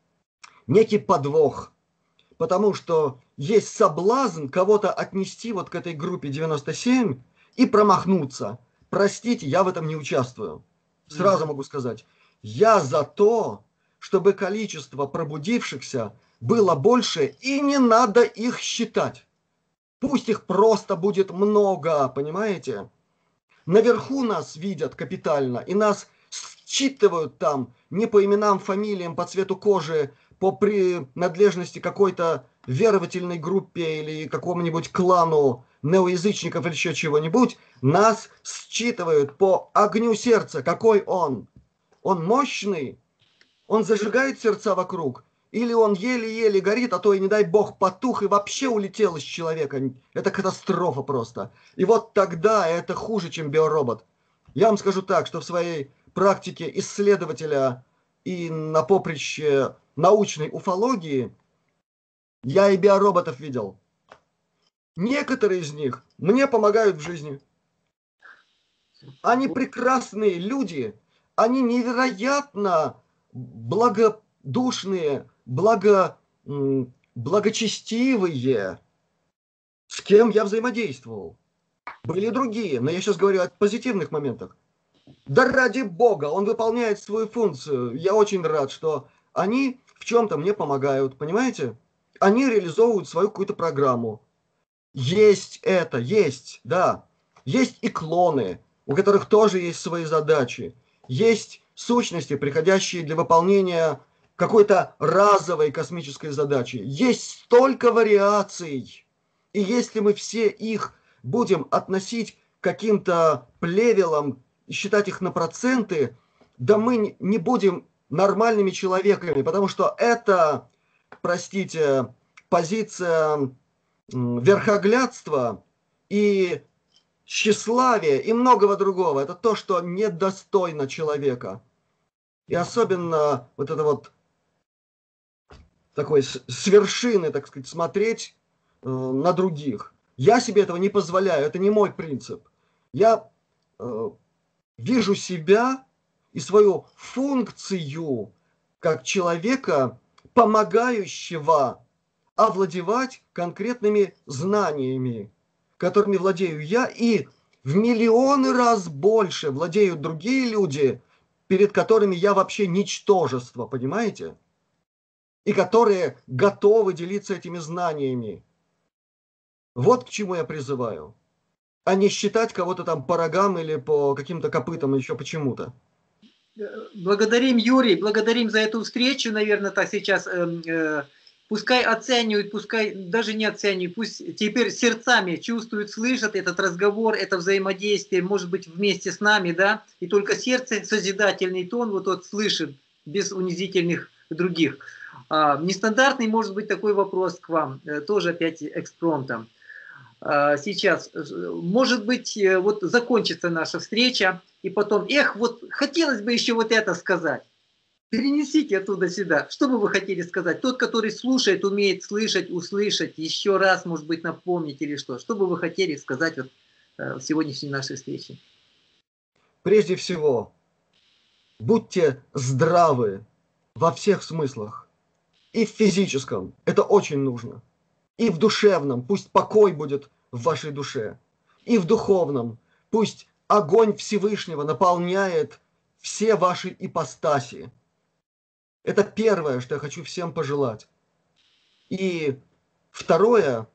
некий подвох. Потому что есть соблазн кого-то отнести вот к этой группе девяносто семь и промахнуться. Простите, я в этом не участвую. Сразу могу сказать. Я за то, чтобы количество пробудившихся было больше, и не надо их считать. Пусть их просто будет много, понимаете? Наверху нас видят капитально, и нас считывают там не по именам, фамилиям, по цвету кожи, по принадлежности какой-то веровательной группе или какому-нибудь клану неоязычников или еще чего-нибудь. Нас считывают по огню сердца. Какой он? Он мощный? Он зажигает сердца вокруг? Или он еле-еле горит, а то и, не дай бог, потух и вообще улетел из человека? Это катастрофа просто. И вот тогда это хуже, чем биоробот. Я вам скажу так, что в своей практике исследователя и на поприще научной уфологии я и биороботов видел. Некоторые из них мне помогают в жизни. Они прекрасные люди, они невероятно благодушные, благо, благочестивые, с кем я взаимодействовал. Были другие, но я сейчас говорю о позитивных моментах. Да ради бога, он выполняет свою функцию. Я очень рад, что они в чем-то мне помогают, понимаете? Они реализовывают свою какую-то программу. Есть это, есть, да. Есть и клоны, у которых тоже есть свои задачи. Есть сущности, приходящие для выполнения какой-то разовой космической задачи. Есть столько вариаций. И если мы все их будем относить к каким-то плевелам и считать их на проценты, да мы не будем нормальными человеками, потому что это, простите, позиция верхоглядство и тщеславие и многого другого. Это то, что недостойно человека. И особенно вот это вот такой с вершины, так сказать, смотреть э, на других. Я себе этого не позволяю, это не мой принцип. Я э, вижу себя и свою функцию как человека, помогающего овладевать конкретными знаниями, которыми владею я, и в миллионы раз больше владеют другие люди, перед которыми я вообще ничтожество, понимаете? И которые готовы делиться этими знаниями. Вот к чему я призываю. А не считать кого-то там по рогам или по каким-то копытам, или еще почему-то. Благодарим, Юрий, благодарим за эту встречу, наверное, так сейчас. Э, э, пускай оценивают, пускай даже не оценивают, пусть теперь сердцами чувствуют, слышат этот разговор, это взаимодействие, может быть, вместе с нами, да, и только сердце, созидательный тон, вот тот слышит, без унизительных других. А, нестандартный может быть такой вопрос к вам, э, тоже опять экспромтом. Сейчас, может быть, вот закончится наша встреча, и потом, эх, вот хотелось бы еще вот это сказать. Перенесите оттуда сюда. Что бы вы хотели сказать? Тот, который слушает, умеет слышать, услышать, еще раз, может быть, напомнить или что. Что бы вы хотели сказать вот в сегодняшней нашей встрече? Прежде всего, будьте здравы во всех смыслах. И в физическом, это очень нужно. И в душевном, пусть покой будет в вашей душе. И в духовном, пусть огонь Всевышнего наполняет все ваши ипостаси. Это первое, что я хочу всем пожелать. И второе,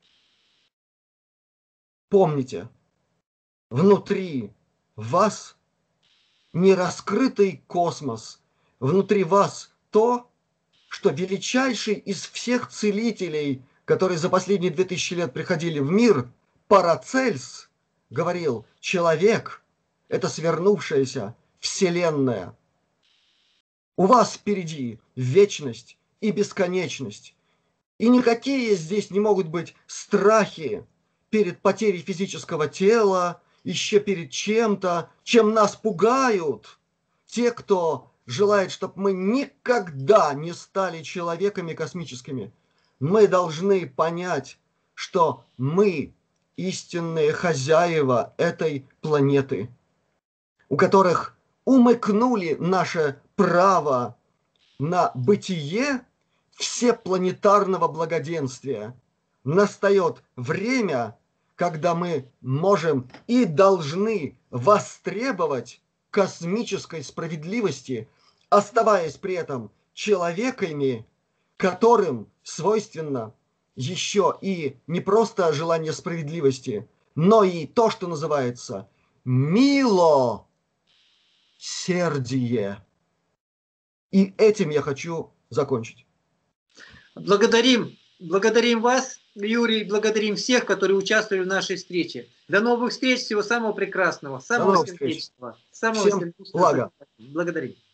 помните, внутри вас не раскрытый космос, внутри вас то, что величайший из всех целителей, которые за последние две тысячи лет приходили в мир, Парацельс, говорил: человек – это свернувшаяся вселенная. У вас впереди вечность и бесконечность. И никакие здесь не могут быть страхи перед потерей физического тела, еще перед чем-то, чем нас пугают те, кто желает, чтобы мы никогда не стали человеками космическими. Мы должны понять, что мы истинные хозяева этой планеты, у которых умыкнули наше право на бытие всепланетарного благоденствия. Настает время, когда мы можем и должны востребовать космической справедливости, оставаясь при этом человеками, которым свойственно еще и не просто желание справедливости, но и то, что называется милосердие. И этим я хочу закончить. Благодарим, благодарим вас, Юрий, благодарим всех, которые участвовали в нашей встрече. До новых встреч, всего самого прекрасного, самого сердечного, самого Всем сердечного. блага. Благодарим.